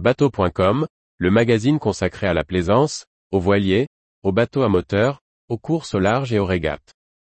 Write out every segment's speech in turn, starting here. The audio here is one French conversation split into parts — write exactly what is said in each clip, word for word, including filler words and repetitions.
bateau point com, le magazine consacré à la plaisance, aux voiliers, aux bateaux à moteur, aux courses au large et aux régates.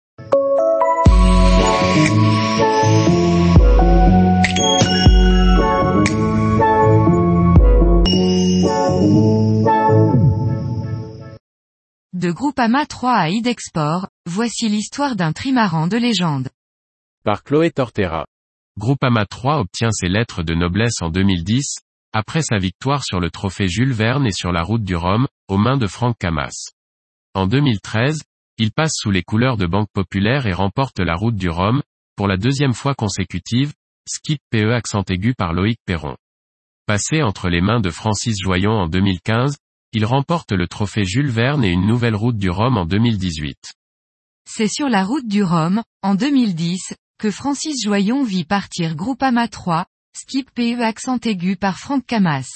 De Groupama trois à Idexport, voici l'histoire d'un trimaran de légende. Par Chloé Tortera. Groupama trois obtient ses lettres de noblesse en deux mille dix, après sa victoire sur le trophée Jules Verne et sur la route du Rhum, aux mains de Franck Camas. En deux mille treize, il passe sous les couleurs de Banque Populaire et remporte la route du Rhum, pour la deuxième fois consécutive, skip P E accent aigu par Loïc Perron. Passé entre les mains de Francis Joyon en deux mille quinze, il remporte le trophée Jules Verne et une nouvelle route du Rhum en deux mille dix-huit. C'est sur la route du Rhum, en deux mille dix, que Francis Joyon vit partir Groupama trois, skip P E accent aigu par Franck Camas.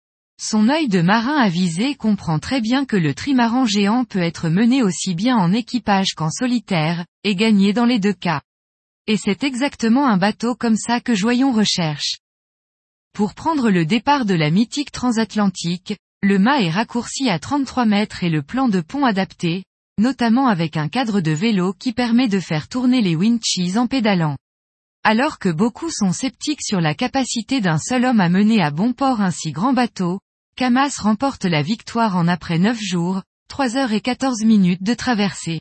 Son œil de marin avisé comprend très bien que le trimaran géant peut être mené aussi bien en équipage qu'en solitaire, et gagner dans les deux cas. Et c'est exactement un bateau comme ça que Joyon recherche. Pour prendre le départ de la mythique transatlantique, le mât est raccourci à trente-trois mètres et le plan de pont adapté, notamment avec un cadre de vélo qui permet de faire tourner les winches en pédalant. Alors que beaucoup sont sceptiques sur la capacité d'un seul homme à mener à bon port un si grand bateau, Camas remporte la victoire en après neuf jours, trois heures et quatorze minutes de traversée.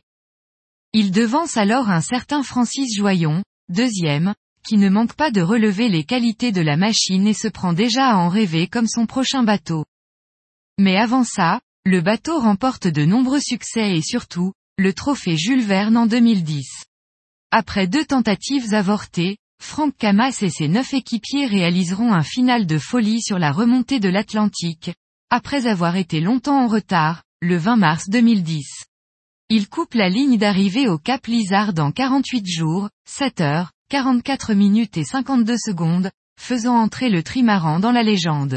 Il devance alors un certain Francis Joyon, deuxième, qui ne manque pas de relever les qualités de la machine et se prend déjà à en rêver comme son prochain bateau. Mais avant ça, le bateau remporte de nombreux succès et surtout, le trophée Jules Verne en deux mille dix. Après deux tentatives avortées, Franck Camas et ses neuf équipiers réaliseront un final de folie sur la remontée de l'Atlantique, après avoir été longtemps en retard, le vingt mars deux mille dix. Ils coupent la ligne d'arrivée au Cap Lizard en quarante-huit jours, sept heures, quarante-quatre minutes et cinquante-deux secondes, faisant entrer le trimaran dans la légende.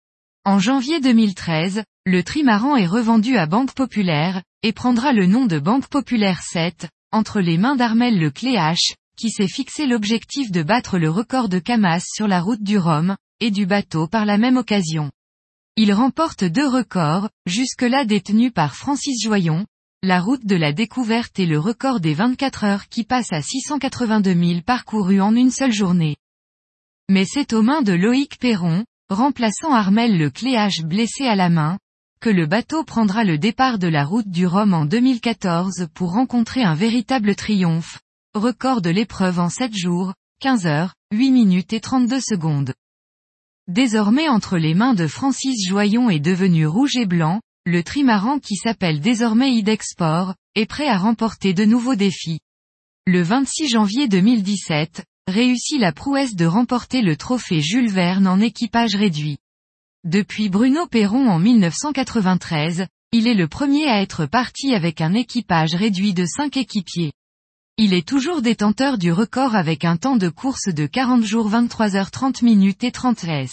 En janvier deux mille treize, le trimaran est revendu à Banque Populaire, et prendra le nom de Banque Populaire sept, entre les mains d'Armel Le Cléache, qui s'est fixé l'objectif de battre le record de Camas sur la route du Rhum, et du bateau par la même occasion. Il remporte deux records, jusque-là détenus par Francis Joyon, la route de la découverte et le record des vingt-quatre heures qui passe à six cent quatre-vingt-deux milles parcourus en une seule journée. Mais c'est aux mains de Loïc Perron, remplaçant Armel Le Cléache blessé à la main, que le bateau prendra le départ de la route du Rhum en deux mille quatorze pour rencontrer un véritable triomphe, record de l'épreuve en sept jours, quinze heures, huit minutes et trente-deux secondes. Désormais entre les mains de Francis Joyon et devenu rouge et blanc, le trimaran qui s'appelle désormais Idexport, est prêt à remporter de nouveaux défis. Le vingt-six janvier deux mille dix-sept, réussit la prouesse de remporter le trophée Jules Verne en équipage réduit. Depuis Bruno Perron en mille neuf cent quatre-vingt-treize, il est le premier à être parti avec un équipage réduit de cinq équipiers. Il est toujours détenteur du record avec un temps de course de quarante jours vingt-trois heures trente minutes et trente secondes.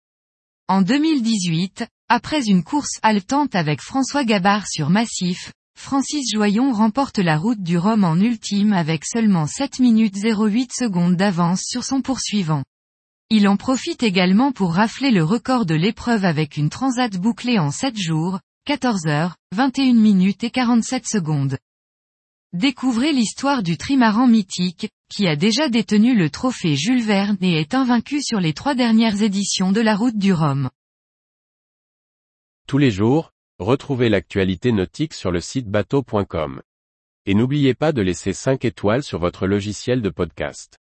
En deux mille dix-huit, après une course haletante avec François Gabard sur Massif, Francis Joyon remporte la route du Rhum en ultime avec seulement sept minutes zéro huit secondes d'avance sur son poursuivant. Il en profite également pour rafler le record de l'épreuve avec une transat bouclée en sept jours, quatorze heures, vingt et une minutes et quarante-sept secondes. Découvrez l'histoire du trimaran mythique, qui a déjà détenu le trophée Jules Verne et est invaincu sur les trois dernières éditions de la route du Rhum. Tous les jours, retrouvez l'actualité nautique sur le site bateau point com. Et n'oubliez pas de laisser cinq étoiles sur votre logiciel de podcast.